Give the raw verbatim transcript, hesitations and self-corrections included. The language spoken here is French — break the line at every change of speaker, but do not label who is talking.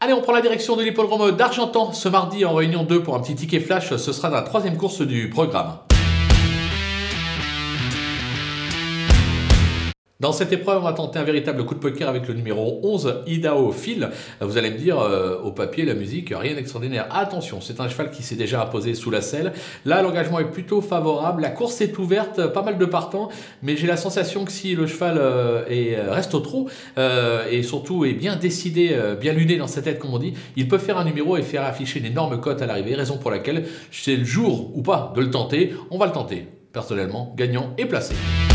Allez, on prend la direction de l'hippodrome d'Argentan ce mardi en réunion deux pour un petit ticket flash. Ce sera dans la troisième course du programme. Dans cette épreuve, on va tenter un véritable coup de poker avec le numéro onze, Idaho Phil. Vous allez me dire, euh, au papier, la musique, rien d'extraordinaire. Attention, c'est un cheval qui s'est déjà imposé sous la selle. Là, l'engagement est plutôt favorable. La course est ouverte, pas mal de partants, mais j'ai la sensation que si le cheval euh, est, reste au trot euh, et surtout est bien décidé, euh, bien luné dans sa tête, comme on dit, il peut faire un numéro et faire afficher une énorme cote à l'arrivée, raison pour laquelle c'est le jour ou pas de le tenter. On va le tenter. Personnellement, gagnant et placé.